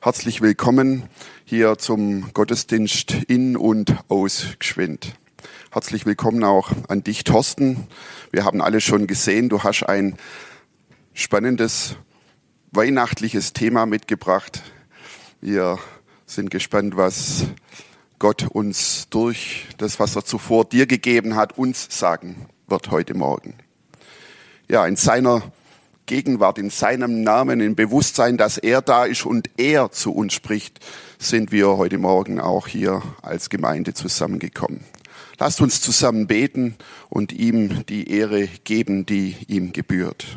Herzlich willkommen hier zum Gottesdienst in und aus Gschwind. Herzlich willkommen auch an dich, Thorsten. Wir haben alle schon gesehen, du hast ein spannendes weihnachtliches Thema mitgebracht. Wir sind gespannt, was Gott uns durch das, was er zuvor dir gegeben hat, uns sagen wird heute Morgen. Ja, in seiner Gegenwart, in seinem Namen, im Bewusstsein, dass er da ist und er zu uns spricht, sind wir heute Morgen auch hier als Gemeinde zusammengekommen. Lasst uns zusammen beten und ihm die Ehre geben, die ihm gebührt.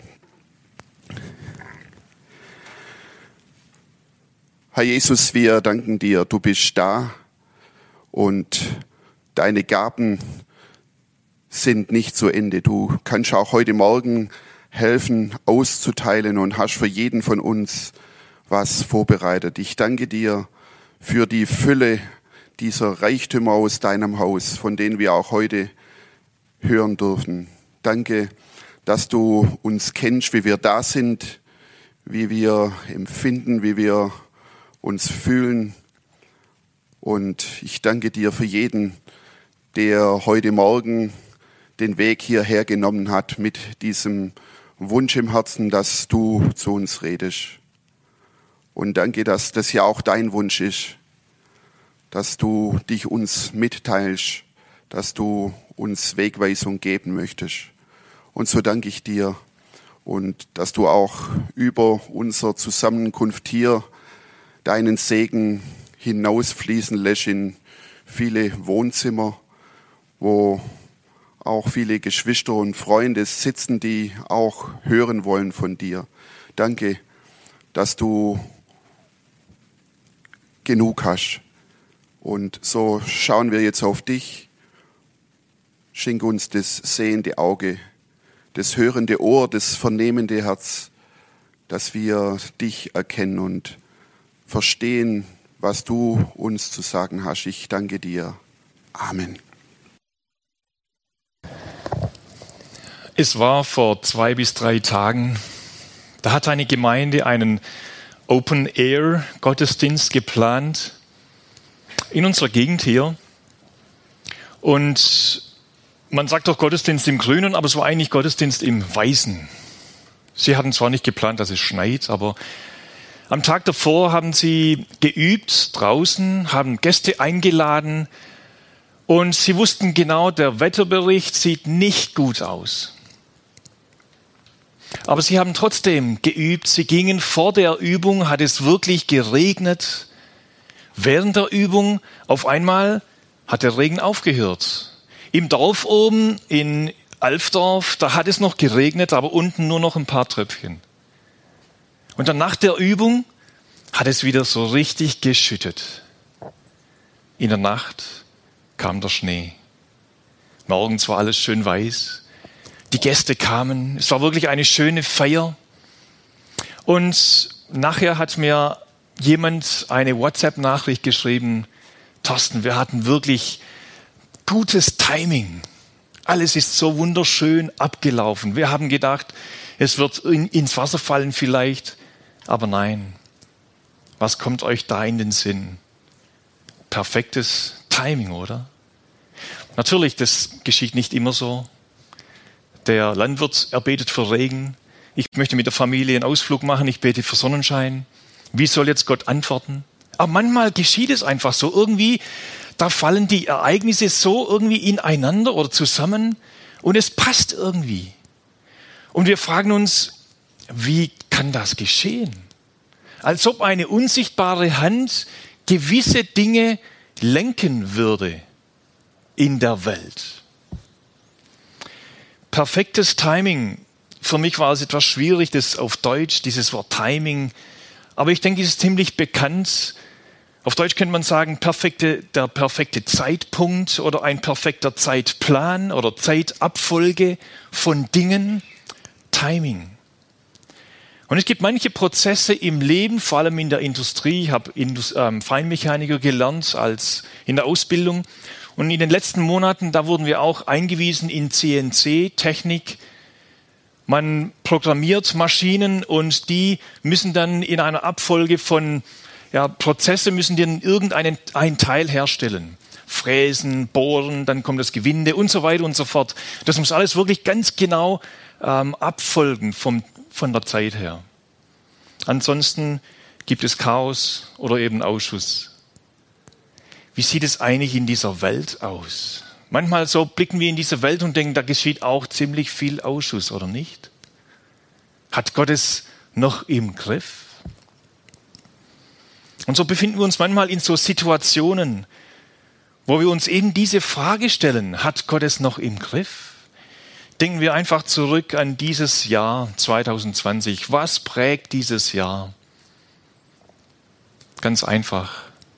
Herr Jesus, wir danken dir, du bist da und deine Gaben sind nicht zu Ende. Du kannst auch heute Morgen helfen, auszuteilen und hast für jeden von uns was vorbereitet. Ich danke dir für die Fülle dieser Reichtümer aus deinem Haus, von denen wir auch heute hören dürfen. Danke, dass du uns kennst, wie wir da sind, wie wir empfinden, wie wir uns fühlen. Und ich danke dir für jeden, der heute Morgen den Weg hierher genommen hat mit diesem Wunsch im Herzen, dass du zu uns redest. Und danke, dass das ja auch dein Wunsch ist, dass du dich uns mitteilst, dass du uns Wegweisung geben möchtest. Und so danke ich dir und dass du auch über unsere Zusammenkunft hier deinen Segen hinausfließen lässt in viele Wohnzimmer, wo auch viele Geschwister und Freunde sitzen, die auch hören wollen von dir. Danke, dass du genug hast. Und so schauen wir jetzt auf dich. Schenk uns das sehende Auge, das hörende Ohr, das vernehmende Herz, dass wir dich erkennen und verstehen, was du uns zu sagen hast. Ich danke dir. Amen. Es war vor 2 bis 3 Tagen, da hat eine Gemeinde einen Open-Air-Gottesdienst geplant in unserer Gegend hier. Und man sagt doch Gottesdienst im Grünen, aber es war eigentlich Gottesdienst im Weißen. Sie hatten zwar nicht geplant, dass es schneit, aber am Tag davor haben sie geübt draußen, haben Gäste eingeladen und sie wussten genau, der Wetterbericht sieht nicht gut aus. Aber sie haben trotzdem geübt. Sie gingen vor der Übung, hat es wirklich geregnet. Während der Übung auf einmal hat der Regen aufgehört. Im Dorf oben in Alfdorf, da hat es noch geregnet, aber unten nur noch ein paar Tröpfchen. Und dann nach der Übung hat es wieder so richtig geschüttet. In der Nacht kam der Schnee. Morgens war alles schön weiß. Die Gäste kamen. Es war wirklich eine schöne Feier. Und nachher hat mir jemand eine WhatsApp-Nachricht geschrieben: Thorsten, wir hatten wirklich gutes Timing. Alles ist so wunderschön abgelaufen. Wir haben gedacht, es wird ins Wasser fallen vielleicht. Aber nein. Was kommt euch da in den Sinn? Perfektes Timing, oder? Natürlich, das geschieht nicht immer so. Der Landwirt, er betet für Regen. Ich möchte mit der Familie einen Ausflug machen. Ich bete für Sonnenschein. Wie soll jetzt Gott antworten? Aber manchmal geschieht es einfach so. Irgendwie, da fallen die Ereignisse so irgendwie ineinander oder zusammen und es passt irgendwie. Und wir fragen uns, wie kann das geschehen? Als ob eine unsichtbare Hand gewisse Dinge lenken würde in der Welt. Perfektes Timing. Für mich war es etwas schwierig, das auf Deutsch, dieses Wort Timing. Aber ich denke, es ist ziemlich bekannt. Auf Deutsch könnte man sagen, der perfekte Zeitpunkt oder ein perfekter Zeitplan oder Zeitabfolge von Dingen. Timing. Und es gibt manche Prozesse im Leben, vor allem in der Industrie. Ich habe Feinmechaniker gelernt in der Ausbildung. Und in den letzten Monaten, da wurden wir auch eingewiesen in CNC-Technik. Man programmiert Maschinen und die müssen dann in einer Abfolge von Prozesse müssen dir irgendeinen Teil herstellen. Fräsen, bohren, dann kommt das Gewinde und so weiter und so fort. Das muss alles wirklich ganz genau abfolgen von der Zeit her. Ansonsten gibt es Chaos oder eben Ausschuss. Wie sieht es eigentlich in dieser Welt aus? Manchmal so blicken wir in diese Welt und denken, da geschieht auch ziemlich viel Ausschuss, oder nicht? Hat Gott es noch im Griff? Und so befinden wir uns manchmal in so Situationen, wo wir uns eben diese Frage stellen, hat Gott es noch im Griff? Denken wir einfach zurück an dieses Jahr 2020. Was prägt dieses Jahr? Ganz einfach.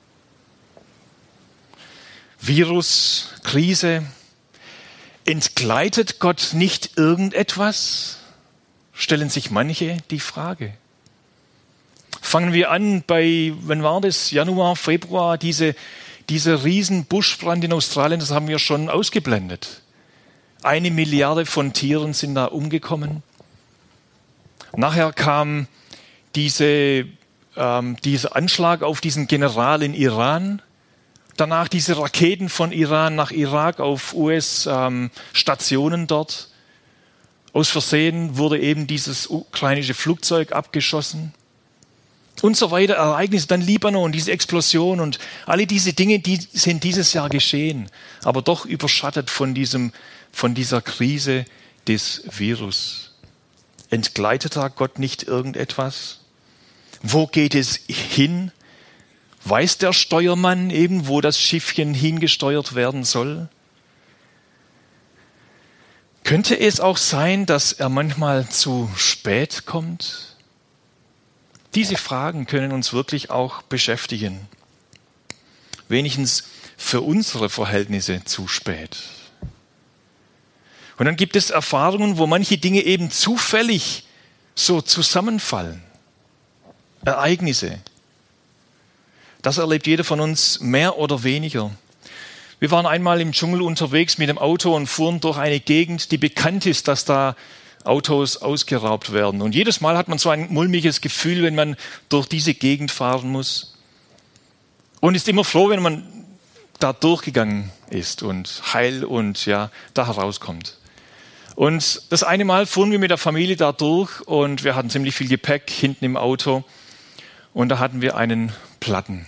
Virus, Krise. Entgleitet Gott nicht irgendetwas? Stellen sich manche die Frage. Fangen wir an bei, wann war das? Januar, Februar, dieser riesen Buschbrand in Australien, das haben wir schon ausgeblendet. 1 Milliarde von Tieren sind da umgekommen. Nachher kam dieser Anschlag auf diesen General in Iran. Danach diese Raketen von Iran nach Irak auf US-Stationen dort. Aus Versehen wurde eben dieses ukrainische Flugzeug abgeschossen. Und so weiter, Ereignisse, dann Libanon, diese Explosion und alle diese Dinge, die sind dieses Jahr geschehen, aber doch überschattet von dieser Krise des Virus. Entgleitet da Gott nicht irgendetwas? Wo geht es hin? Weiß der Steuermann eben, wo das Schiffchen hingesteuert werden soll? Könnte es auch sein, dass er manchmal zu spät kommt? Diese Fragen können uns wirklich auch beschäftigen. Wenigstens für unsere Verhältnisse zu spät. Und dann gibt es Erfahrungen, wo manche Dinge eben zufällig so zusammenfallen. Ereignisse. Das erlebt jeder von uns mehr oder weniger. Wir waren einmal im Dschungel unterwegs mit dem Auto und fuhren durch eine Gegend, die bekannt ist, dass da Autos ausgeraubt werden. Und jedes Mal hat man so ein mulmiges Gefühl, wenn man durch diese Gegend fahren muss. Und ist immer froh, wenn man da durchgegangen ist und heil und da herauskommt. Und das eine Mal fuhren wir mit der Familie da durch und wir hatten ziemlich viel Gepäck hinten im Auto. Und da hatten wir einen Platten.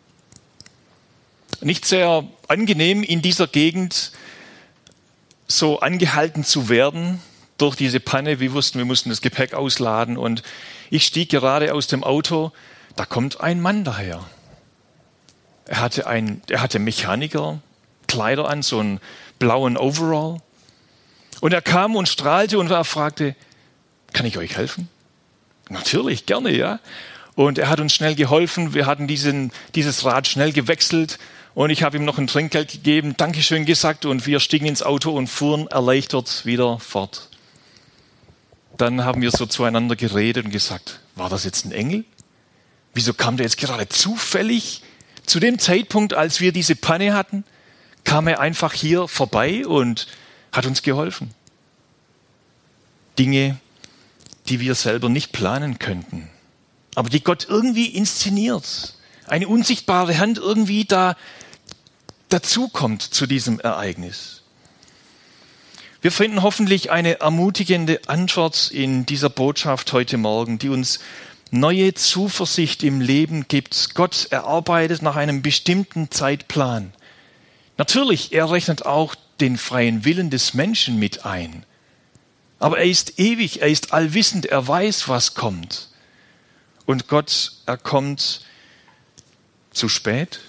Nicht sehr angenehm in dieser Gegend so angehalten zu werden durch diese Panne. Wir wussten, wir mussten das Gepäck ausladen und ich stieg gerade aus dem Auto. Da kommt ein Mann daher. Er hatte Mechanikerkleider an, so einen blauen Overall. Und er kam und strahlte und er fragte, kann ich euch helfen? Natürlich, gerne, ja. Und er hat uns schnell geholfen. Wir hatten dieses Rad schnell gewechselt und ich habe ihm noch ein Trinkgeld gegeben, Dankeschön gesagt und wir stiegen ins Auto und fuhren erleichtert wieder fort. Dann haben wir so zueinander geredet und gesagt, war das jetzt ein Engel? Wieso kam der jetzt gerade zufällig? Zu dem Zeitpunkt, als wir diese Panne hatten, kam er einfach hier vorbei und hat uns geholfen. Dinge, die wir selber nicht planen könnten, aber die Gott irgendwie inszeniert. Eine unsichtbare Hand irgendwie dazukommt zu diesem Ereignis. Wir finden hoffentlich eine ermutigende Antwort in dieser Botschaft heute Morgen, die uns neue Zuversicht im Leben gibt. Gott erarbeitet nach einem bestimmten Zeitplan. Natürlich, er rechnet auch den freien Willen des Menschen mit ein. Aber er ist ewig, er ist allwissend, er weiß, was kommt. Und Gott, er kommt zu spät?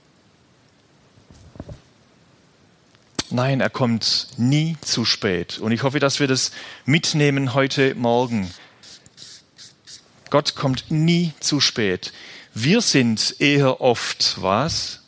Nein, er kommt nie zu spät. Und ich hoffe, dass wir das mitnehmen heute Morgen. Gott kommt nie zu spät. Wir sind eher oft, was?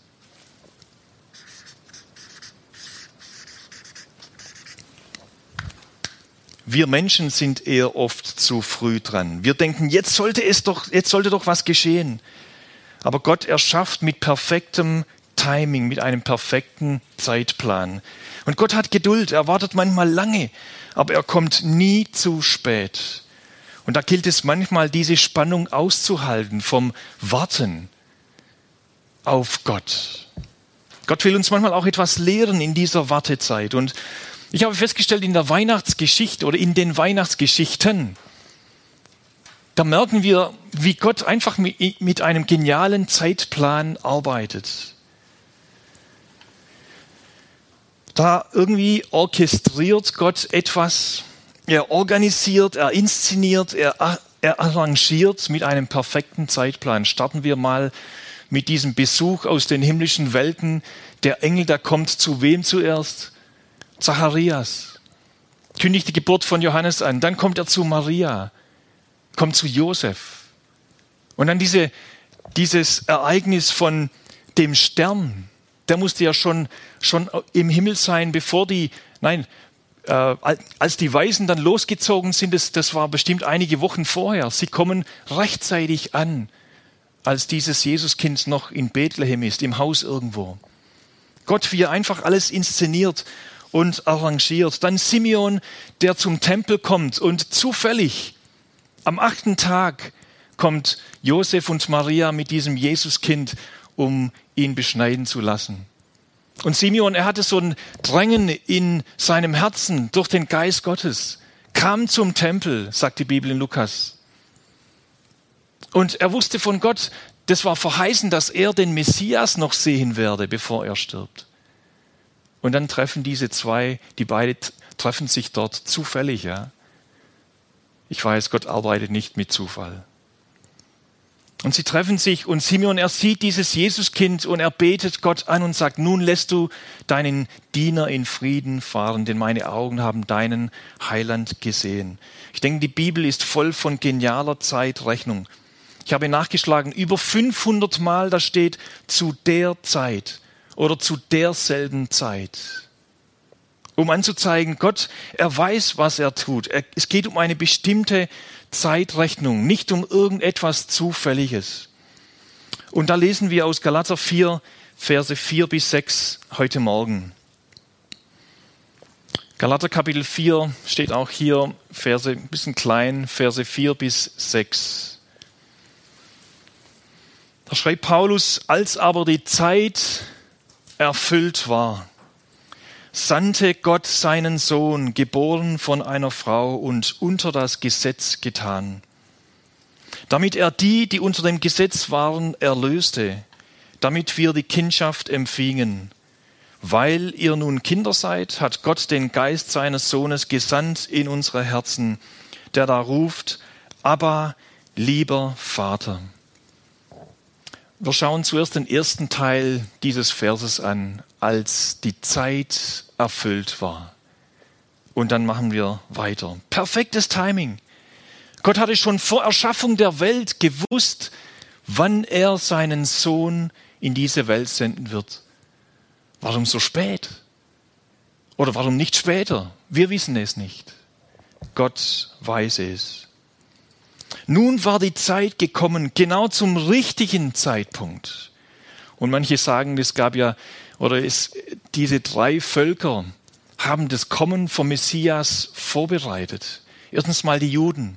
Wir Menschen sind eher oft zu früh dran. Wir denken, jetzt sollte doch was geschehen. Aber Gott erschafft mit perfektem Timing, mit einem perfekten Zeitplan. Und Gott hat Geduld, er wartet manchmal lange, aber er kommt nie zu spät. Und da gilt es manchmal, diese Spannung auszuhalten vom Warten auf Gott. Gott will uns manchmal auch etwas lehren in dieser Wartezeit. Und ich habe festgestellt, in der Weihnachtsgeschichte oder in den Weihnachtsgeschichten, da merken wir, wie Gott einfach mit einem genialen Zeitplan arbeitet. Da irgendwie orchestriert Gott etwas, er organisiert, er inszeniert, er arrangiert mit einem perfekten Zeitplan. Starten wir mal mit diesem Besuch aus den himmlischen Welten. Der Engel, der kommt zu wem zuerst? Zacharias. Kündigt die Geburt von Johannes an. Dann kommt er zu Maria, kommt zu Josef. Und dann dieses Ereignis von dem Stern. Der musste ja schon im Himmel sein, als die Weisen dann losgezogen sind, das war bestimmt einige Wochen vorher. Sie kommen rechtzeitig an, als dieses Jesuskind noch in Bethlehem ist, im Haus irgendwo. Gott, wie er einfach alles inszeniert und arrangiert. Dann Simeon, der zum Tempel kommt und zufällig am 8. Tag kommt Josef und Maria mit diesem Jesuskind, um ihn beschneiden zu lassen. Und Simeon, er hatte so ein Drängen in seinem Herzen durch den Geist Gottes, kam zum Tempel, sagt die Bibel in Lukas. Und er wusste von Gott, das war verheißen, dass er den Messias noch sehen werde, bevor er stirbt. Und dann treffen die beide treffen sich dort zufällig, ja. Ich weiß, Gott arbeitet nicht mit Zufall. Und sie treffen sich und Simeon, er sieht dieses Jesuskind und er betet Gott an und sagt, nun lässt du deinen Diener in Frieden fahren, denn meine Augen haben deinen Heiland gesehen. Ich denke, die Bibel ist voll von genialer Zeitrechnung. Ich habe nachgeschlagen, über 500 Mal da steht zu der Zeit oder zu derselben Zeit. Um anzuzeigen, Gott, er weiß, was er tut. Es geht um eine bestimmte Zeitrechnung, nicht um irgendetwas Zufälliges. Und da lesen wir aus Galater 4, Verse 4 bis 6 heute Morgen. Galater Kapitel 4 steht auch hier, Verse ein bisschen klein, Verse 4 bis 6. Da schreibt Paulus, als aber die Zeit erfüllt war, sandte Gott seinen Sohn, geboren von einer Frau und unter das Gesetz getan, damit er die unter dem Gesetz waren, erlöste, damit wir die Kindschaft empfingen. Weil ihr nun Kinder seid, hat Gott den Geist seines Sohnes gesandt in unsere Herzen, der da ruft, Abba, lieber Vater. Wir schauen zuerst den ersten Teil dieses Verses an, als die Zeit erfüllt war. Und dann machen wir weiter. Perfektes Timing. Gott hatte schon vor Erschaffung der Welt gewusst, wann er seinen Sohn in diese Welt senden wird. Warum so spät? Oder warum nicht später? Wir wissen es nicht. Gott weiß es. Nun war die Zeit gekommen, genau zum richtigen Zeitpunkt. Und manche sagen, diese 3 Völker haben das Kommen vom Messias vorbereitet. Erstens mal die Juden.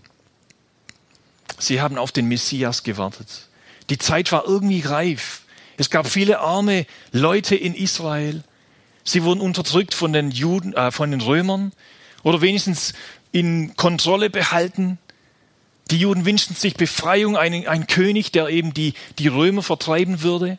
Sie haben auf den Messias gewartet. Die Zeit war irgendwie reif. Es gab viele arme Leute in Israel. Sie wurden unterdrückt von den Römern oder wenigstens in Kontrolle behalten. Die Juden wünschten sich Befreiung, ein König, der eben die Römer vertreiben würde.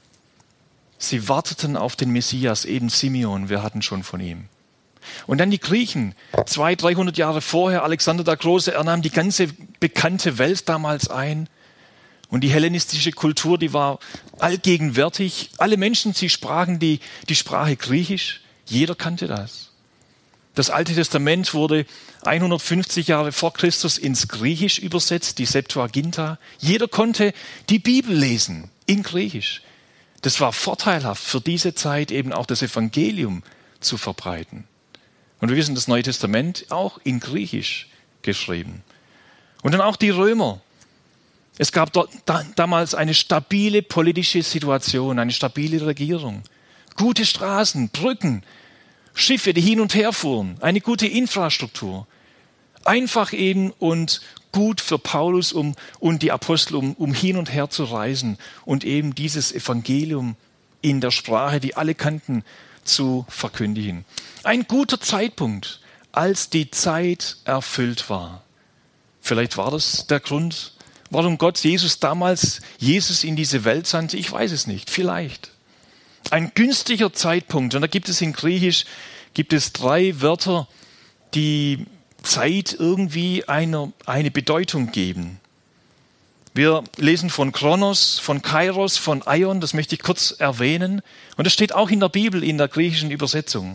Sie warteten auf den Messias, eben Simeon, wir hatten schon von ihm. Und dann die Griechen, 200-300 Jahre vorher, Alexander der Große, er nahm die ganze bekannte Welt damals ein. Und die hellenistische Kultur, die war allgegenwärtig. Alle Menschen, sie sprachen die Sprache Griechisch. Jeder kannte das. Das Alte Testament wurde 150 Jahre vor Christus ins Griechisch übersetzt, die Septuaginta. Jeder konnte die Bibel lesen in Griechisch. Das war vorteilhaft für diese Zeit, eben auch das Evangelium zu verbreiten. Und wir wissen, das Neue Testament auch in Griechisch geschrieben. Und dann auch die Römer. Es gab damals eine stabile politische Situation, eine stabile Regierung. Gute Straßen, Brücken, Schiffe, die hin und her fuhren, eine gute Infrastruktur. Einfach eben und gut für Paulus und die Apostel, um hin und her zu reisen und eben dieses Evangelium in der Sprache, die alle kannten, zu verkündigen. Ein guter Zeitpunkt, als die Zeit erfüllt war. Vielleicht war das der Grund, warum Gott damals Jesus in diese Welt sandte. Ich weiß es nicht, vielleicht. Ein günstiger Zeitpunkt. Und da gibt es in Griechisch 3 Wörter, die Zeit irgendwie eine Bedeutung geben. Wir lesen von Chronos, von Kairos, von Aion, das möchte ich kurz erwähnen. Und das steht auch in der Bibel, in der griechischen Übersetzung.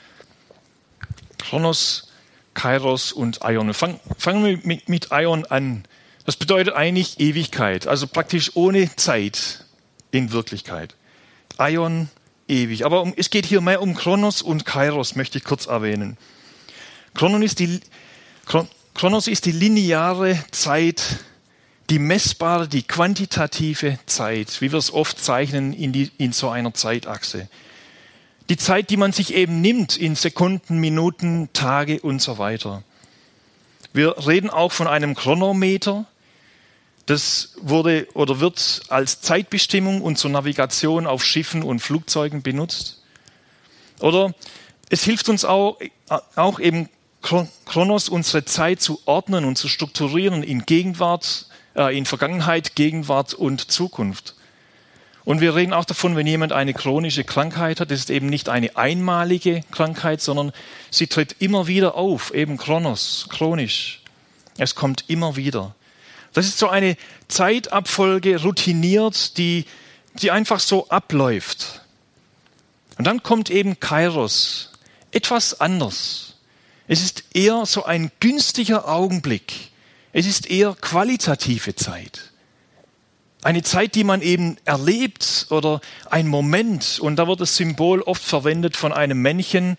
Chronos, Kairos und Aion. Fangen wir mit Aion an. Das bedeutet eigentlich Ewigkeit, also praktisch ohne Zeit in Wirklichkeit. Aion, ewig. Aber es geht hier mehr um Chronos und Kairos, möchte ich kurz erwähnen. Chronos ist die lineare Zeit, die messbare, die quantitative Zeit, wie wir es oft zeichnen in so einer Zeitachse. Die Zeit, die man sich eben nimmt in Sekunden, Minuten, Tage und so weiter. Wir reden auch von einem Chronometer. Das wird als Zeitbestimmung und zur Navigation auf Schiffen und Flugzeugen benutzt. Oder es hilft uns auch eben Chronos, unsere Zeit zu ordnen und zu strukturieren in Vergangenheit, Gegenwart und Zukunft. Und wir reden auch davon, wenn jemand eine chronische Krankheit hat, das ist eben nicht eine einmalige Krankheit, sondern sie tritt immer wieder auf, eben chronisch. Es kommt immer wieder. Das ist so eine Zeitabfolge, routiniert, die einfach so abläuft. Und dann kommt eben Kairos, etwas anders. Es ist eher so ein günstiger Augenblick. Es ist eher qualitative Zeit. Eine Zeit, die man eben erlebt oder ein Moment. Und da wird das Symbol oft verwendet von einem Männchen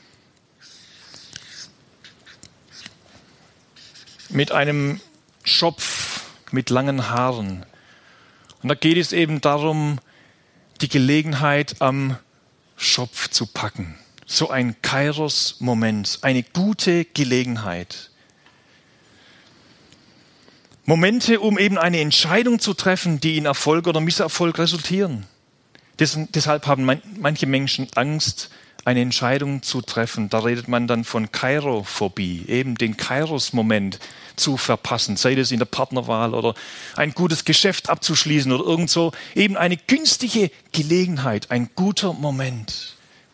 mit einem Schopf mit langen Haaren. Und da geht es eben darum, die Gelegenheit am Schopf zu packen. So ein Kairos-Moment, eine gute Gelegenheit. Momente, um eben eine Entscheidung zu treffen, die in Erfolg oder Misserfolg resultieren. Deshalb haben manche Menschen Angst, eine Entscheidung zu treffen. Da redet man dann von Kairophobie, eben den Kairos-Moment zu verpassen, sei das in der Partnerwahl oder ein gutes Geschäft abzuschließen oder irgend so. Eben eine günstige Gelegenheit, ein guter Moment.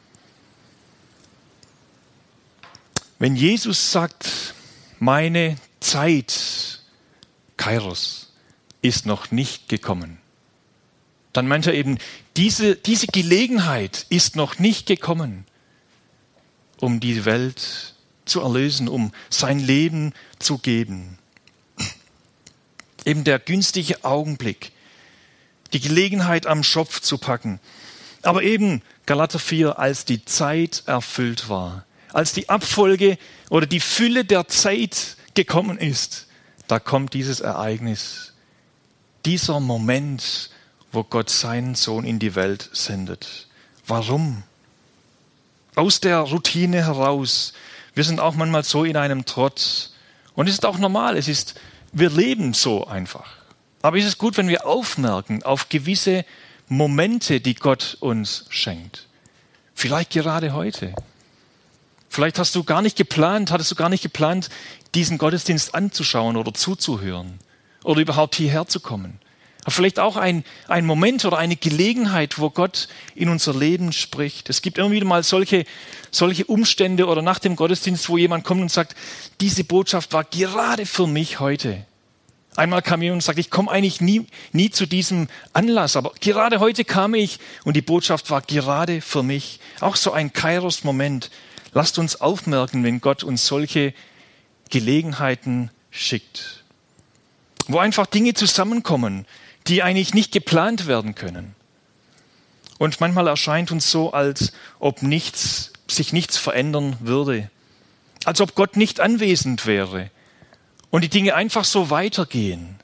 Wenn Jesus sagt, meine Zeit, Kairos, ist noch nicht gekommen, dann meint er eben, diese Gelegenheit ist noch nicht gekommen, um die Welt zu erlösen, um sein Leben zu geben. Eben der günstige Augenblick, die Gelegenheit am Schopf zu packen. Aber eben, Galater 4, als die Zeit erfüllt war, als die Abfolge oder die Fülle der Zeit gekommen ist, da kommt dieses Ereignis, dieser Moment, wo Gott seinen Sohn in die Welt sendet. Warum? Aus der Routine heraus. Wir sind auch manchmal so in einem Trott. Und es ist auch normal. Wir leben so einfach. Aber es ist gut, wenn wir aufmerken auf gewisse Momente, die Gott uns schenkt. Vielleicht gerade heute. Vielleicht hattest du gar nicht geplant, diesen Gottesdienst anzuschauen oder zuzuhören oder überhaupt hierher zu kommen. Aber vielleicht auch ein Moment oder eine Gelegenheit, wo Gott in unser Leben spricht. Es gibt immer wieder mal solche Umstände oder nach dem Gottesdienst, wo jemand kommt und sagt, diese Botschaft war gerade für mich heute. Einmal kam jemand und sagte, ich komme eigentlich nie zu diesem Anlass, aber gerade heute kam ich und die Botschaft war gerade für mich. Auch so ein Kairos-Moment. Lasst uns aufmerken, wenn Gott uns solche Gelegenheiten schickt. Wo einfach Dinge zusammenkommen, die eigentlich nicht geplant werden können. Und manchmal erscheint uns so, als ob sich nichts verändern würde. Als ob Gott nicht anwesend wäre. Und die Dinge einfach so weitergehen.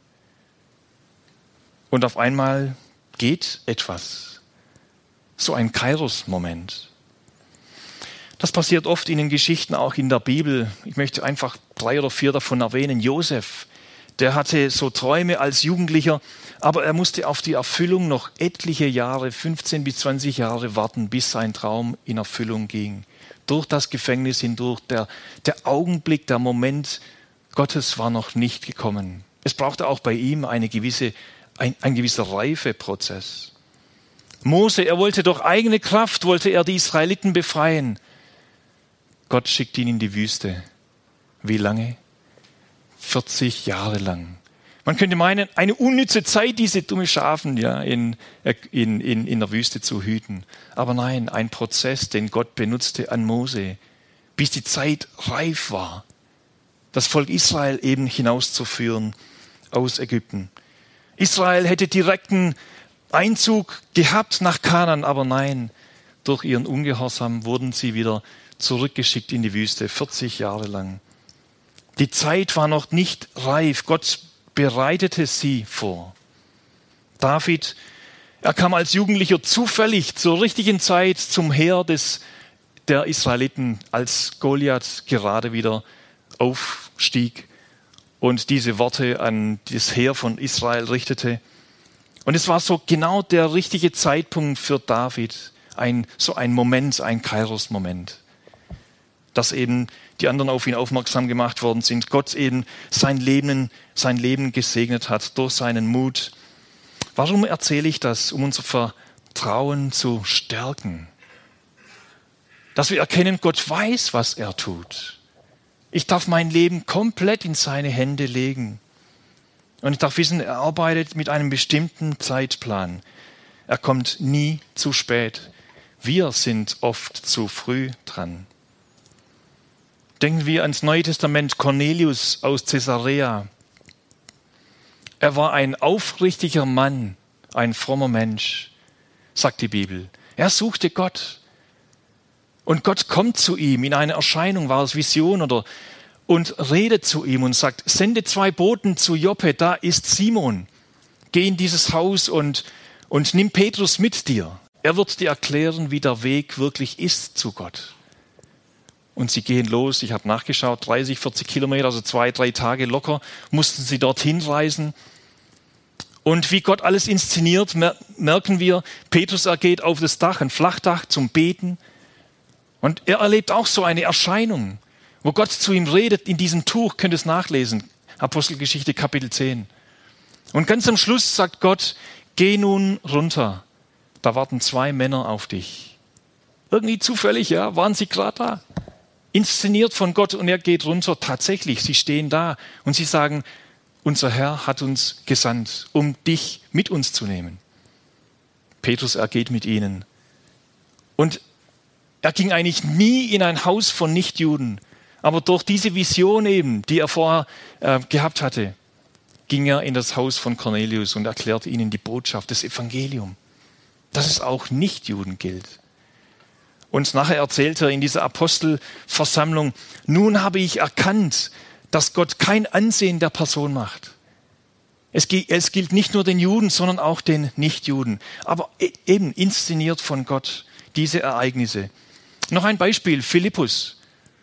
Und auf einmal geht etwas. So ein Kairos-Moment. Das passiert oft in den Geschichten, auch in der Bibel. Ich möchte einfach 3 oder 4 davon erwähnen. Josef, der hatte so Träume als Jugendlicher, aber er musste auf die Erfüllung noch etliche Jahre, 15 bis 20 Jahre warten, bis sein Traum in Erfüllung ging. Durch das Gefängnis hindurch, der Augenblick, der Moment Gottes war noch nicht gekommen. Es brauchte auch bei ihm ein gewisser Reifeprozess. Mose, er wollte durch eigene Kraft, wollte er die Israeliten befreien. Gott schickt ihn in die Wüste. Wie lange? 40 Jahre lang. Man könnte meinen, eine unnütze Zeit, diese dumme Schafen in der Wüste zu hüten. Aber nein, ein Prozess, den Gott benutzte an Mose, bis die Zeit reif war, das Volk Israel eben hinauszuführen aus Ägypten. Israel hätte direkten Einzug gehabt nach Kanaan, aber nein, durch ihren Ungehorsam wurden sie wieder zurückgeschickt in die Wüste, 40 Jahre lang. Die Zeit war noch nicht reif, Gott bereitete sie vor. David, er kam als Jugendlicher zufällig zur richtigen Zeit zum Heer der Israeliten, als Goliath gerade wieder aufstieg und diese Worte an das Heer von Israel richtete. Und es war so genau der richtige Zeitpunkt für David, so ein Moment, ein Kairos-Moment, dass eben die anderen auf ihn aufmerksam gemacht worden sind, Gott eben sein Leben gesegnet hat durch seinen Mut. Warum erzähle ich das? Um unser Vertrauen zu stärken. Dass wir erkennen, Gott weiß, was er tut. Ich darf mein Leben komplett in seine Hände legen. Und ich darf wissen, er arbeitet mit einem bestimmten Zeitplan. Er kommt nie zu spät. Wir sind oft zu früh dran. Denken wir ans Neue Testament, Cornelius aus Caesarea. Er war ein aufrichtiger Mann, ein frommer Mensch, sagt die Bibel. Er suchte Gott. Und Gott kommt zu ihm in eine Erscheinung, war es Vision und redet zu ihm und sagt, sende 2 Boten zu Joppe, da ist Simon. Geh in dieses Haus und nimm Petrus mit dir. Er wird dir erklären, wie der Weg wirklich ist zu Gott. Und sie gehen los, ich habe nachgeschaut, 30, 40 Kilometer, also 2-3 Tage locker, mussten sie dorthin reisen. Und wie Gott alles inszeniert, merken wir, Petrus, er geht auf das Dach, ein Flachdach zum Beten. Und er erlebt auch so eine Erscheinung, wo Gott zu ihm redet, in diesem Tuch, könnt ihr es nachlesen, Apostelgeschichte Kapitel 10. Und ganz am Schluss sagt Gott, geh nun runter, da warten 2 Männer auf dich. Irgendwie zufällig, waren sie gerade da. Inszeniert von Gott und er geht runter. Tatsächlich, sie stehen da und sie sagen, unser Herr hat uns gesandt, um dich mit uns zu nehmen. Petrus, er geht mit ihnen. Und er ging eigentlich nie in ein Haus von Nichtjuden. Aber durch diese Vision eben, die er vorher gehabt hatte, ging er in das Haus von Cornelius und erklärte ihnen die Botschaft, das Evangelium, dass es auch Nichtjuden gilt. Und nachher erzählt er in dieser Apostelversammlung, nun habe ich erkannt, dass Gott kein Ansehen der Person macht. Es gilt nicht nur den Juden, sondern auch den Nichtjuden. Aber eben inszeniert von Gott diese Ereignisse. Noch ein Beispiel, Philippus.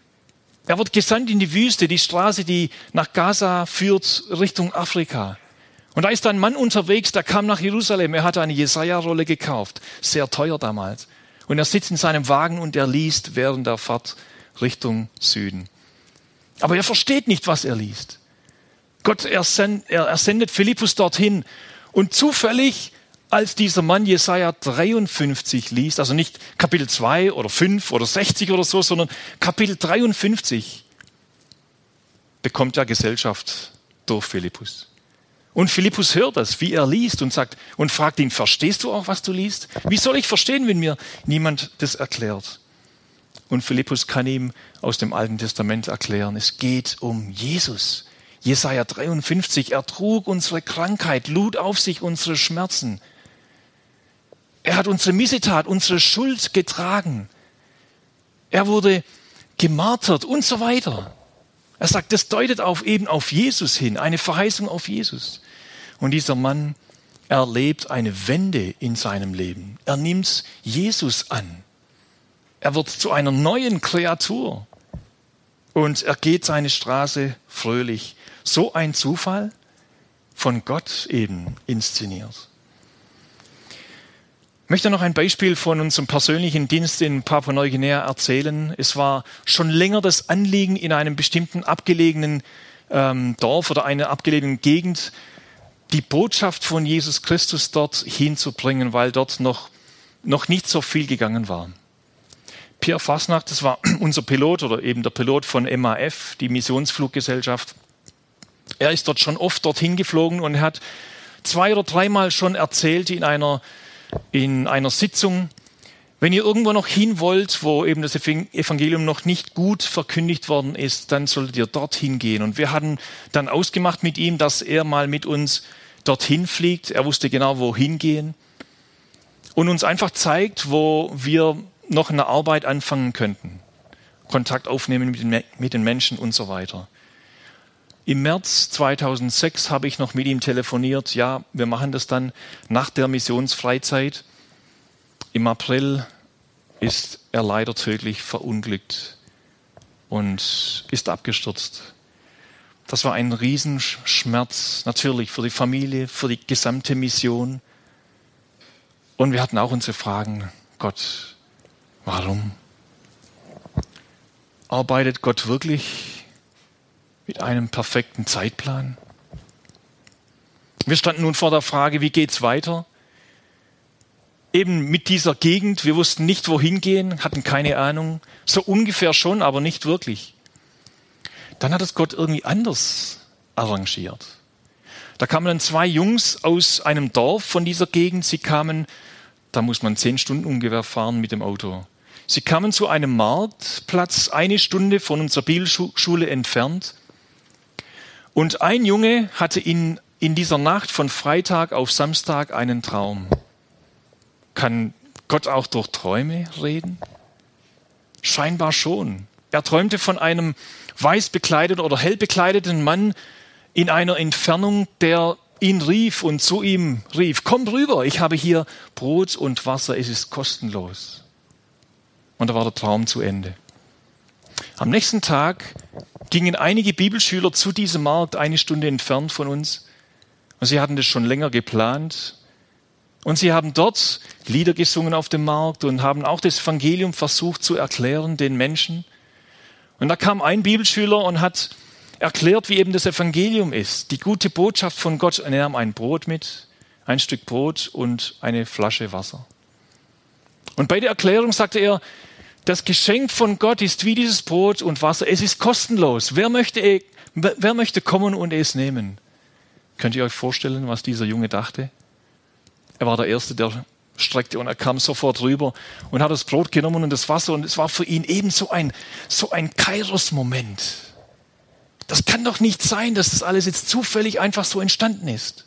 Er wird gesandt in die Wüste, die Straße, die nach Gaza führt, Richtung Afrika. Und da ist ein Mann unterwegs, der kam nach Jerusalem. Er hatte eine Jesaja-Rolle gekauft, sehr teuer damals. Und er sitzt in seinem Wagen und er liest während der Fahrt Richtung Süden. Aber er versteht nicht, was er liest. Gott, er sendet Philippus dorthin. Und zufällig, als dieser Mann Jesaja 53 liest, also nicht Kapitel 2 oder 5 oder 60 oder so, sondern Kapitel 53, bekommt er Gesellschaft durch Philippus. Und Philippus hört das, wie er liest und fragt ihn, verstehst du auch, was du liest? Wie soll ich verstehen, wenn mir niemand das erklärt? Und Philippus kann ihm aus dem Alten Testament erklären, es geht um Jesus. Jesaja 53, er trug unsere Krankheit, lud auf sich unsere Schmerzen. Er hat unsere Missetat, unsere Schuld getragen. Er wurde gemartert und so weiter. Er sagt, das deutet eben auf Jesus hin, eine Verheißung auf Jesus. Und dieser Mann erlebt eine Wende in seinem Leben. Er nimmt Jesus an. Er wird zu einer neuen Kreatur. Und er geht seine Straße fröhlich. So ein Zufall? von Gott eben inszeniert. Ich möchte noch ein Beispiel von unserem persönlichen Dienst in Papua-Neuguinea erzählen. Es war schon länger das Anliegen, in einem bestimmten abgelegenen Dorf oder einer abgelegenen Gegend die Botschaft von Jesus Christus dort hinzubringen, weil dort noch nicht so viel gegangen war. Pierre Fasnacht, das war unser Pilot oder eben der Pilot von MAF, die Missionsfluggesellschaft. Er ist dort schon oft dorthin geflogen und er hat 2 oder 3 Mal schon erzählt in einer Sitzung, wenn ihr irgendwo noch hin wollt, wo eben das Evangelium noch nicht gut verkündigt worden ist, dann solltet ihr dorthin gehen. Und wir hatten dann ausgemacht mit ihm, dass er mal mit uns dorthin fliegt. Er wusste genau, wohin gehen. Und uns einfach zeigt, wo wir noch eine Arbeit anfangen könnten. Kontakt aufnehmen mit den Menschen und so weiter. Im März 2006 habe ich noch mit ihm telefoniert. Ja, wir machen das dann nach der Missionsfreizeit. Im April ist er leider tödlich verunglückt und ist abgestürzt. Das war ein Riesenschmerz, natürlich für die Familie, für die gesamte Mission. Und wir hatten auch unsere Fragen. Gott, warum? Arbeitet Gott wirklich mit einem perfekten Zeitplan? Wir standen nun vor der Frage, wie geht's weiter? Eben mit dieser Gegend, wir wussten nicht, wohin gehen, hatten keine Ahnung. So ungefähr schon, aber nicht wirklich. Dann hat es Gott irgendwie anders arrangiert. Da kamen dann 2 Jungs aus einem Dorf von dieser Gegend. Sie kamen, da muss man 10 Stunden ungefähr fahren mit dem Auto. Sie kamen zu einem Marktplatz, 1 Stunde von unserer Bibelschule entfernt. Und ein Junge hatte in dieser Nacht von Freitag auf Samstag einen Traum. Kann Gott auch durch Träume reden? Scheinbar schon. Er träumte von einem weiß bekleideten oder hell bekleideten Mann in einer Entfernung, der ihn rief und zu ihm rief, komm rüber, ich habe hier Brot und Wasser, es ist kostenlos. Und da war der Traum zu Ende. Am nächsten Tag gingen einige Bibelschüler zu diesem Markt, 1 Stunde entfernt von uns. Und sie hatten das schon länger geplant. Und sie haben dort Lieder gesungen auf dem Markt und haben auch das Evangelium versucht zu erklären den Menschen. Und da kam ein Bibelschüler und hat erklärt, wie eben das Evangelium ist, die gute Botschaft von Gott. Und er nahm ein Brot mit, ein Stück Brot und eine Flasche Wasser. Und bei der Erklärung sagte er, das Geschenk von Gott ist wie dieses Brot und Wasser. Es ist kostenlos. Wer möchte kommen und es nehmen? Könnt ihr euch vorstellen, was dieser Junge dachte? Er war der Erste, der streckte und er kam sofort rüber und hat das Brot genommen und das Wasser und es war für ihn eben so ein Kairos-Moment. Das kann doch nicht sein, dass das alles jetzt zufällig einfach so entstanden ist.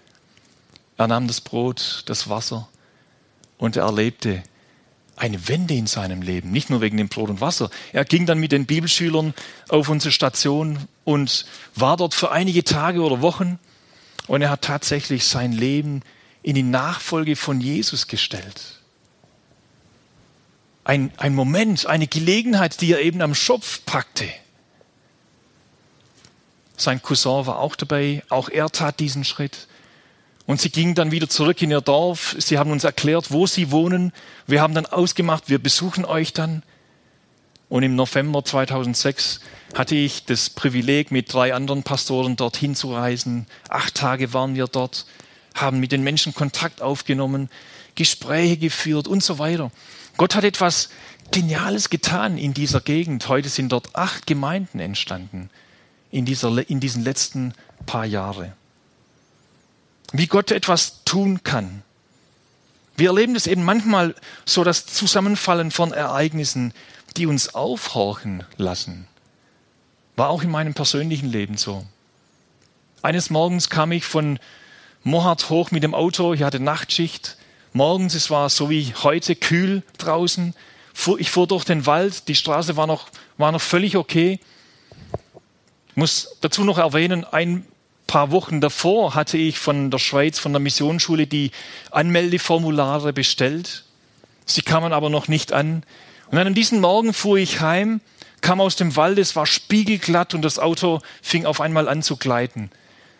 Er nahm das Brot, das Wasser und er erlebte eine Wende in seinem Leben, nicht nur wegen dem Brot und Wasser. Er ging dann mit den Bibelschülern auf unsere Station und war dort für einige Tage oder Wochen und er hat tatsächlich sein Leben in die Nachfolge von Jesus gestellt. Ein Moment, eine Gelegenheit, die er eben am Schopf packte. Sein Cousin war auch dabei, auch er tat diesen Schritt. Und sie gingen dann wieder zurück in ihr Dorf. Sie haben uns erklärt, wo sie wohnen. Wir haben dann ausgemacht, wir besuchen euch dann. Und im November 2006 hatte ich das Privileg, mit 3 anderen Pastoren dorthin zu reisen. 8 Tage waren wir dort, haben mit den Menschen Kontakt aufgenommen, Gespräche geführt und so weiter. Gott hat etwas Geniales getan in dieser Gegend. Heute sind dort 8 Gemeinden entstanden in diesen letzten paar Jahren. Wie Gott etwas tun kann. Wir erleben das eben manchmal so, das Zusammenfallen von Ereignissen, die uns aufhorchen lassen. War auch in meinem persönlichen Leben so. Eines Morgens kam ich von Mohat hoch mit dem Auto, ich hatte Nachtschicht. Morgens, es war so wie heute, kühl draußen. Ich fuhr durch den Wald, die Straße war noch völlig okay. Ich muss dazu noch erwähnen, ein paar Wochen davor hatte ich von der Schweiz, von der Missionsschule, die Anmeldeformulare bestellt. Sie kamen aber noch nicht an. Und dann an diesem Morgen fuhr ich heim, kam aus dem Wald, es war spiegelglatt und das Auto fing auf einmal an zu gleiten.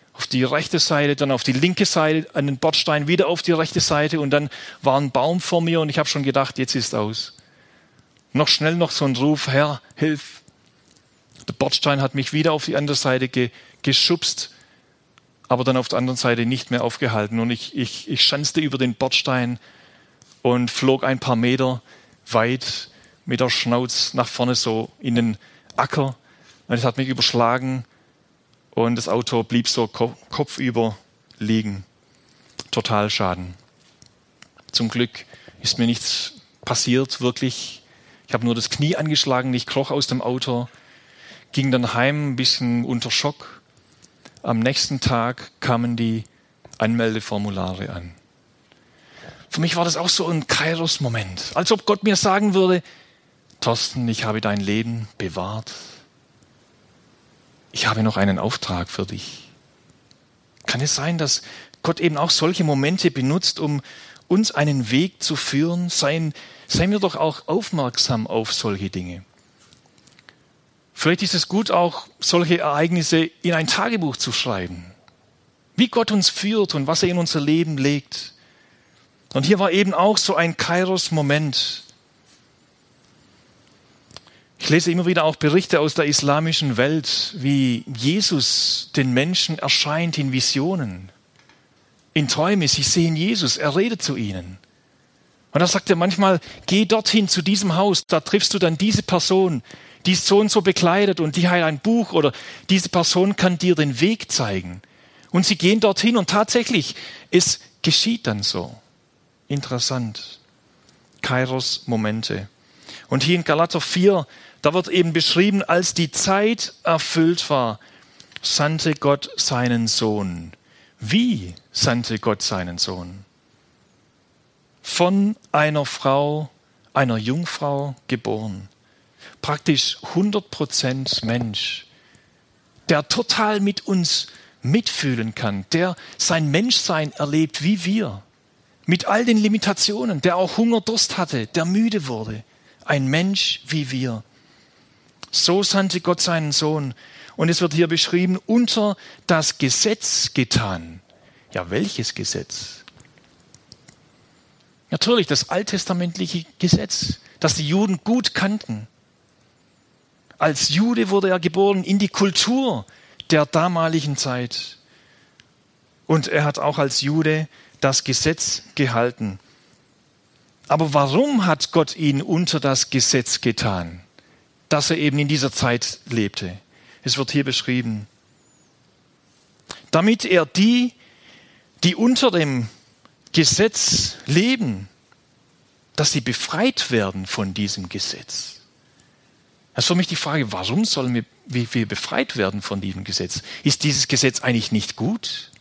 auf die rechte Seite, dann auf die linke Seite, an den Bordstein, wieder auf die rechte Seite und dann war ein Baum vor mir und ich habe schon gedacht, jetzt ist aus. Noch schnell noch so ein Ruf, Herr, hilf. Der Bordstein hat mich wieder auf die andere Seite geschubst, aber dann auf der anderen Seite nicht mehr aufgehalten. Und ich schanzte über den Bordstein und flog ein paar Meter weit mit der Schnauze nach vorne so in den Acker. Und es hat mich überschlagen und das Auto blieb so kopfüber liegen. Total Schaden. Zum Glück ist mir nichts passiert, wirklich. Ich habe nur das Knie angeschlagen, ich kroch aus dem Auto, ging dann heim, ein bisschen unter Schock. Am nächsten Tag kamen die Anmeldeformulare an. Für mich war das auch so ein Kairos-Moment, als ob Gott mir sagen würde, Thorsten, ich habe dein Leben bewahrt. Ich habe noch einen Auftrag für dich. Kann es sein, dass Gott eben auch solche Momente benutzt, um uns einen Weg zu führen? Seien wir doch auch aufmerksam auf solche Dinge. Vielleicht ist es gut, auch solche Ereignisse in ein Tagebuch zu schreiben. Wie Gott uns führt und was er in unser Leben legt. Und hier war eben auch so ein Kairos-Moment. Ich lese immer wieder auch Berichte aus der islamischen Welt, wie Jesus den Menschen erscheint in Visionen, in Träumen. Sie sehen Jesus, er redet zu ihnen. Und da sagt er manchmal, geh dorthin zu diesem Haus, da triffst du dann diese Person, die ist so und so bekleidet und die hat ein Buch oder diese Person kann dir den Weg zeigen. Und sie gehen dorthin und tatsächlich, es geschieht dann so. Interessant. Kairos-Momente. Und hier in Galater 4, da wird eben beschrieben, als die Zeit erfüllt war, sandte Gott seinen Sohn. Wie sandte Gott seinen Sohn? Von einer Frau, einer Jungfrau geboren. Praktisch 100% Mensch, der total mit uns mitfühlen kann, der sein Menschsein erlebt wie wir, mit all den Limitationen, der auch Hunger, Durst hatte, der müde wurde. Ein Mensch wie wir. So sandte Gott seinen Sohn. Und es wird hier beschrieben, unter das Gesetz getan. Ja, welches Gesetz? Natürlich das alttestamentliche Gesetz, das die Juden gut kannten. Als Jude wurde er geboren in die Kultur der damaligen Zeit. Und er hat auch als Jude das Gesetz gehalten. Aber warum hat Gott ihn unter das Gesetz getan? Dass er eben in dieser Zeit lebte. Es wird hier beschrieben. Damit er die unter dem Gesetz leben, dass sie befreit werden von diesem Gesetz. Das ist für mich die Frage, warum sollen wir befreit werden von diesem Gesetz? Ist dieses Gesetz eigentlich nicht gut?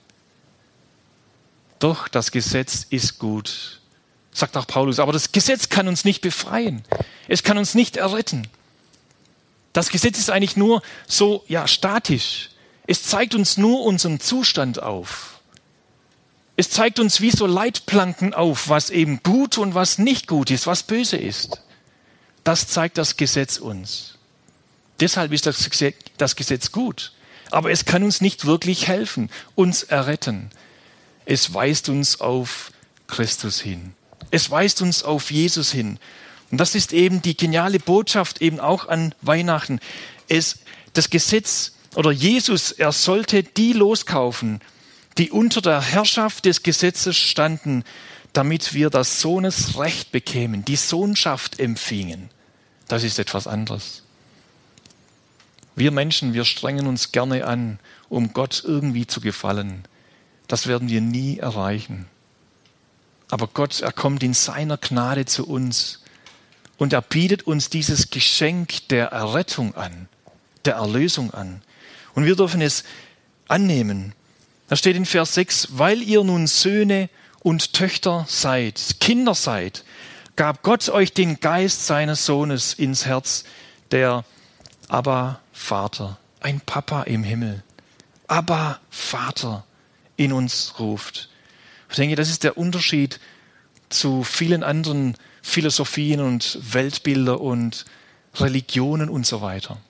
Doch, das Gesetz ist gut, sagt auch Paulus. Aber das Gesetz kann uns nicht befreien. Es kann uns nicht erretten. Das Gesetz ist eigentlich nur so, statisch. Es zeigt uns nur unseren Zustand auf. Es zeigt uns wie so Leitplanken auf, was eben gut und was nicht gut ist, was böse ist. Das zeigt das Gesetz uns. Deshalb ist das Gesetz gut. Aber es kann uns nicht wirklich helfen, uns erretten. Es weist uns auf Christus hin. Es weist uns auf Jesus hin. Und das ist eben die geniale Botschaft eben auch an Weihnachten. Das Gesetz oder Jesus, er sollte die loskaufen, die unter der Herrschaft des Gesetzes standen, damit wir das Sohnesrecht bekämen, die Sohnschaft empfingen. Das ist etwas anderes. Wir Menschen, wir strengen uns gerne an, um Gott irgendwie zu gefallen. Das werden wir nie erreichen. Aber Gott, er kommt in seiner Gnade zu uns und er bietet uns dieses Geschenk der Errettung an, der Erlösung an. Und wir dürfen es annehmen. Da steht in Vers 6, weil ihr nun Söhne und Töchter seid, Kinder seid, gab Gott euch den Geist seines Sohnes ins Herz, der Abba Vater, ein Papa im Himmel, Abba Vater in uns ruft. Ich denke, das ist der Unterschied zu vielen anderen Philosophien und Weltbilder und Religionen und so weiter.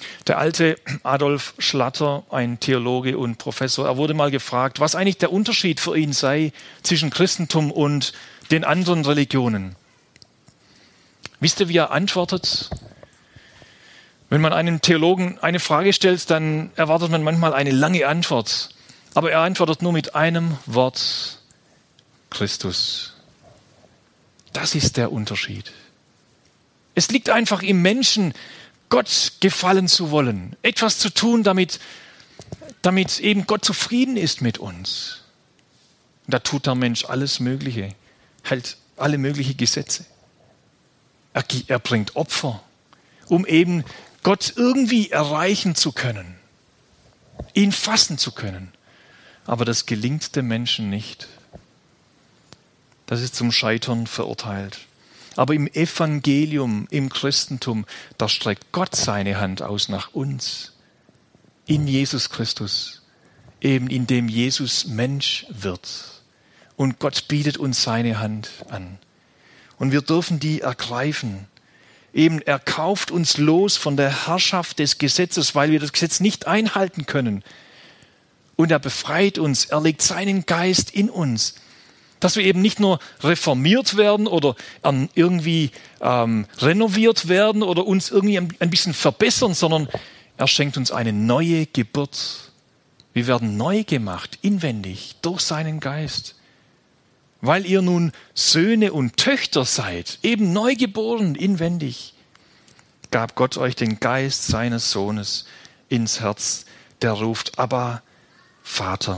Der alte Adolf Schlatter, ein Theologe und Professor, er wurde mal gefragt, was eigentlich der Unterschied für ihn sei zwischen Christentum und den anderen Religionen. Wisst ihr, wie er antwortet? Wenn man einem Theologen eine Frage stellt, dann erwartet man manchmal eine lange Antwort. Aber er antwortet nur mit einem Wort: Christus. Das ist der Unterschied. Es liegt einfach im Menschen, Gott gefallen zu wollen, etwas zu tun, damit eben Gott zufrieden ist mit uns. Und da tut der Mensch alles Mögliche, hält alle möglichen Gesetze. Er bringt Opfer, um eben Gott irgendwie erreichen zu können, ihn fassen zu können. Aber das gelingt dem Menschen nicht. Das ist zum Scheitern verurteilt. Aber im Evangelium, im Christentum, da streckt Gott seine Hand aus nach uns. In Jesus Christus, eben indem Jesus Mensch wird. Und Gott bietet uns seine Hand an. Und wir dürfen die ergreifen. Eben, er kauft uns los von der Herrschaft des Gesetzes, weil wir das Gesetz nicht einhalten können. Und er befreit uns, er legt seinen Geist in uns, dass wir eben nicht nur reformiert werden oder irgendwie renoviert werden oder uns irgendwie ein bisschen verbessern, sondern er schenkt uns eine neue Geburt. Wir werden neu gemacht, inwendig, durch seinen Geist. Weil ihr nun Söhne und Töchter seid, eben neu geboren, inwendig, gab Gott euch den Geist seines Sohnes ins Herz, der ruft: Abba, Vater.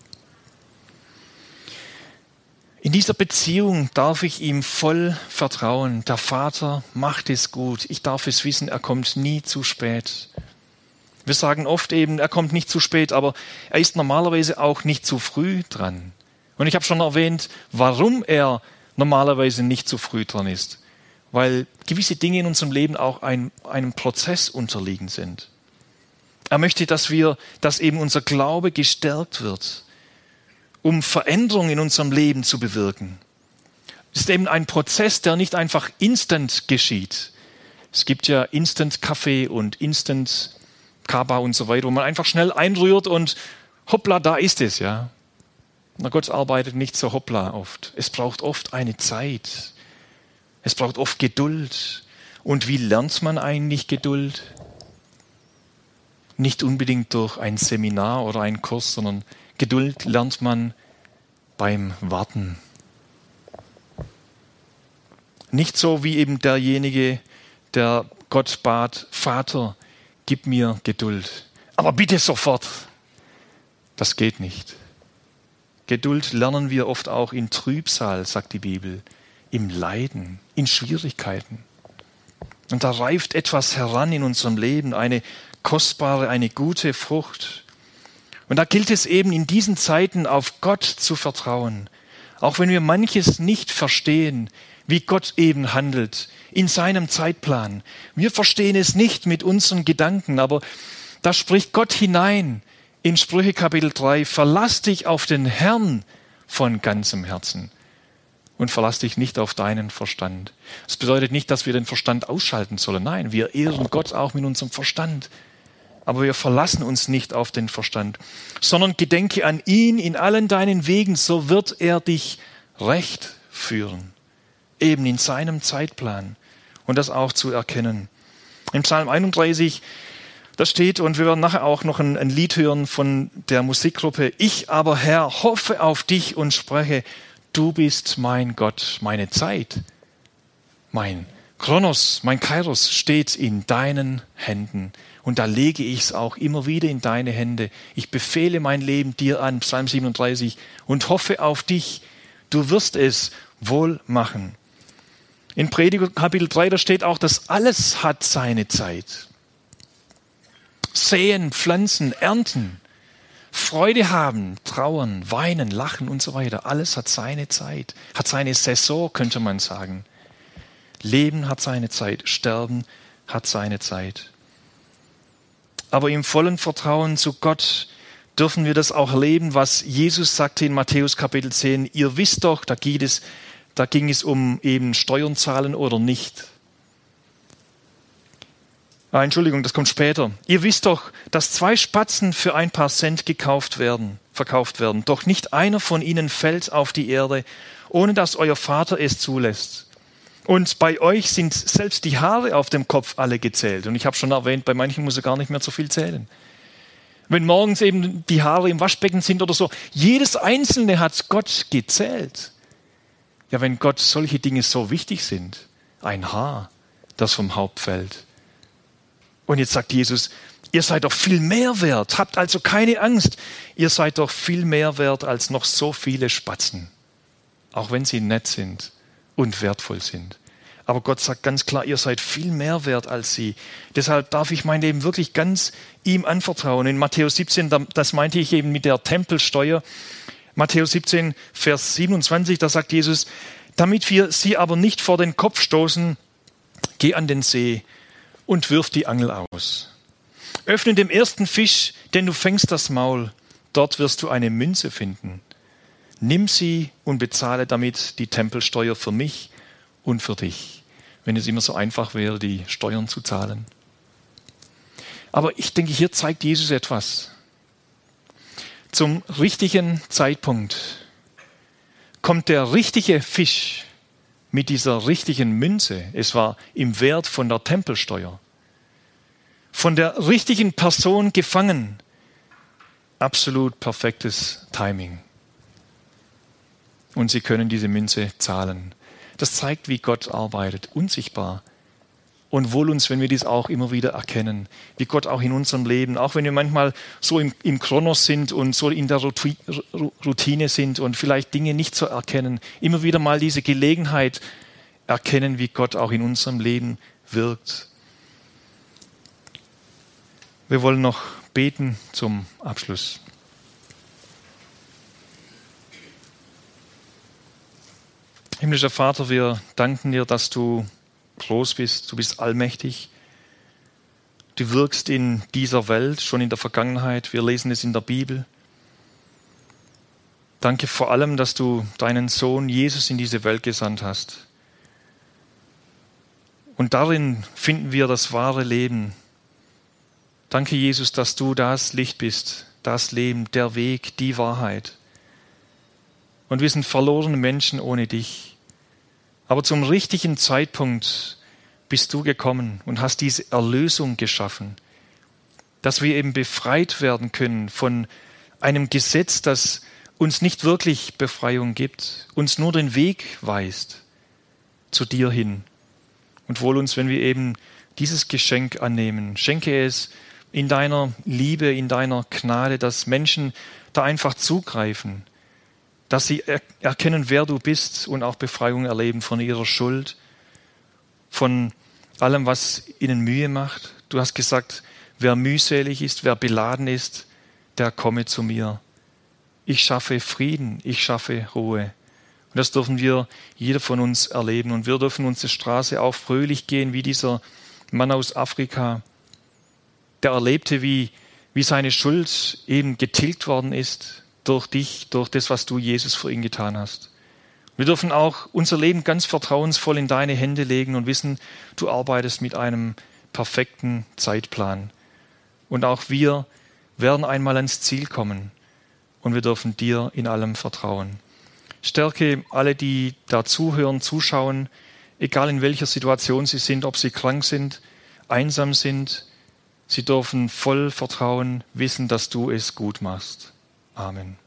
In dieser Beziehung darf ich ihm voll vertrauen. Der Vater macht es gut. Ich darf es wissen, er kommt nie zu spät. Wir sagen oft eben, er kommt nicht zu spät, aber er ist normalerweise auch nicht zu früh dran. Und ich habe schon erwähnt, warum er normalerweise nicht zu früh dran ist. Weil gewisse Dinge in unserem Leben auch einem Prozess unterliegen sind. Er möchte, dass eben unser Glaube gestärkt wird, um Veränderung in unserem Leben zu bewirken. Es ist eben ein Prozess, der nicht einfach instant geschieht. Es gibt ja Instant-Kaffee und Instant-Kaba und so weiter, wo man einfach schnell einrührt und hoppla, da ist es, ja. Na, Gott arbeitet nicht so hoppla oft. Es braucht oft eine Zeit. Es braucht oft Geduld. Und wie lernt man eigentlich Geduld? Nicht unbedingt durch ein Seminar oder einen Kurs, sondern Geduld lernt man beim Warten. Nicht so wie eben derjenige, der Gott bat: Vater, gib mir Geduld. Aber bitte sofort. Das geht nicht. Geduld lernen wir oft auch in Trübsal, sagt die Bibel, im Leiden, in Schwierigkeiten. Und da reift etwas heran in unserem Leben, eine kostbare, eine gute Frucht. Und da gilt es eben in diesen Zeiten auf Gott zu vertrauen, auch wenn wir manches nicht verstehen, wie Gott eben handelt, in seinem Zeitplan. Wir verstehen es nicht mit unseren Gedanken, aber da spricht Gott hinein in Sprüche Kapitel 3, verlass dich auf den Herrn von ganzem Herzen und verlass dich nicht auf deinen Verstand. Das bedeutet nicht, dass wir den Verstand ausschalten sollen. Nein, wir ehren Gott auch mit unserem Verstand. Aber wir verlassen uns nicht auf den Verstand, sondern gedenke an ihn in allen deinen Wegen, so wird er dich recht führen. Eben in seinem Zeitplan und das auch zu erkennen. Im Psalm 31, da steht, und wir werden nachher auch noch ein Lied hören von der Musikgruppe: Ich aber, Herr, hoffe auf dich und spreche, du bist mein Gott, meine Zeit. Mein Chronos, mein Kairos steht in deinen Händen. Und da lege ich es auch immer wieder in deine Hände. Ich befehle mein Leben dir an, Psalm 37, und hoffe auf dich. Du wirst es wohl machen. In Prediger Kapitel 3, da steht auch, dass alles hat seine Zeit. Säen, pflanzen, ernten, Freude haben, trauern, weinen, lachen und so weiter. Alles hat seine Zeit, hat seine Saison, könnte man sagen. Leben hat seine Zeit, Sterben hat seine Zeit. Aber im vollen Vertrauen zu Gott dürfen wir das auch erleben, was Jesus sagte in Matthäus Kapitel 10. Ihr wisst doch, da ging es um eben Steuern zahlen oder nicht. Entschuldigung, das kommt später. Ihr wisst doch, dass 2 Spatzen für ein paar Cent verkauft werden. Doch nicht einer von ihnen fällt auf die Erde, ohne dass euer Vater es zulässt. Und bei euch sind selbst die Haare auf dem Kopf alle gezählt. Und ich habe schon erwähnt, bei manchen muss er gar nicht mehr so viel zählen. Wenn morgens eben die Haare im Waschbecken sind oder so, jedes einzelne hat Gott gezählt. Ja, wenn Gott solche Dinge so wichtig sind, ein Haar, das vom Haupt fällt. Und jetzt sagt Jesus, ihr seid doch viel mehr wert, habt also keine Angst. Ihr seid doch viel mehr wert als noch so viele Spatzen, auch wenn sie nett sind und wertvoll sind. Aber Gott sagt ganz klar, ihr seid viel mehr wert als sie. Deshalb darf ich mein Leben wirklich ganz ihm anvertrauen. In Matthäus 17, das meinte ich eben mit der Tempelsteuer, Matthäus 17, Vers 27, da sagt Jesus, damit wir sie aber nicht vor den Kopf stoßen, geh an den See und wirf die Angel aus. Öffne dem ersten Fisch, denn du fängst das Maul. Dort wirst du eine Münze finden. Nimm sie und bezahle damit die Tempelsteuer für mich und für dich. Wenn es immer so einfach wäre, die Steuern zu zahlen. Aber ich denke, hier zeigt Jesus etwas. Zum richtigen Zeitpunkt kommt der richtige Fisch mit dieser richtigen Münze. Es war im Wert von der Tempelsteuer. Von der richtigen Person gefangen. Absolut perfektes Timing. Und sie können diese Münze zahlen. Das zeigt, wie Gott arbeitet, unsichtbar. Und wohl uns, wenn wir dies auch immer wieder erkennen, wie Gott auch in unserem Leben, auch wenn wir manchmal so im Chronos sind und so in der Routine sind und vielleicht Dinge nicht so erkennen, immer wieder mal diese Gelegenheit erkennen, wie Gott auch in unserem Leben wirkt. Wir wollen noch beten zum Abschluss. Himmlischer Vater, wir danken dir, dass du groß bist, du bist allmächtig. Du wirkst in dieser Welt, schon in der Vergangenheit. Wir lesen es in der Bibel. Danke vor allem, dass du deinen Sohn Jesus in diese Welt gesandt hast. Und darin finden wir das wahre Leben. Danke, Jesus, dass du das Licht bist, das Leben, der Weg, die Wahrheit. Und wir sind verlorene Menschen ohne dich. Aber zum richtigen Zeitpunkt bist du gekommen und hast diese Erlösung geschaffen, dass wir eben befreit werden können von einem Gesetz, das uns nicht wirklich Befreiung gibt, uns nur den Weg weist zu dir hin. Und wohl uns, wenn wir eben dieses Geschenk annehmen, schenke es in deiner Liebe, in deiner Gnade, dass Menschen da einfach zugreifen, dass sie erkennen, wer du bist und auch Befreiung erleben von ihrer Schuld, von allem, was ihnen Mühe macht. Du hast gesagt, wer mühselig ist, wer beladen ist, der komme zu mir. Ich schaffe Frieden, ich schaffe Ruhe. Und das dürfen wir, jeder von uns, erleben. Und wir dürfen unsere Straße auch fröhlich gehen, wie dieser Mann aus Afrika, der erlebte, wie seine Schuld eben getilgt worden ist durch dich, durch das, was du, Jesus, für ihn getan hast. Wir dürfen auch unser Leben ganz vertrauensvoll in deine Hände legen und wissen, du arbeitest mit einem perfekten Zeitplan. Und auch wir werden einmal ans Ziel kommen und wir dürfen dir in allem vertrauen. Stärke alle, die da zuhören, zuschauen, egal in welcher Situation sie sind, ob sie krank sind, einsam sind. Sie dürfen voll Vertrauen wissen, dass du es gut machst. Amen.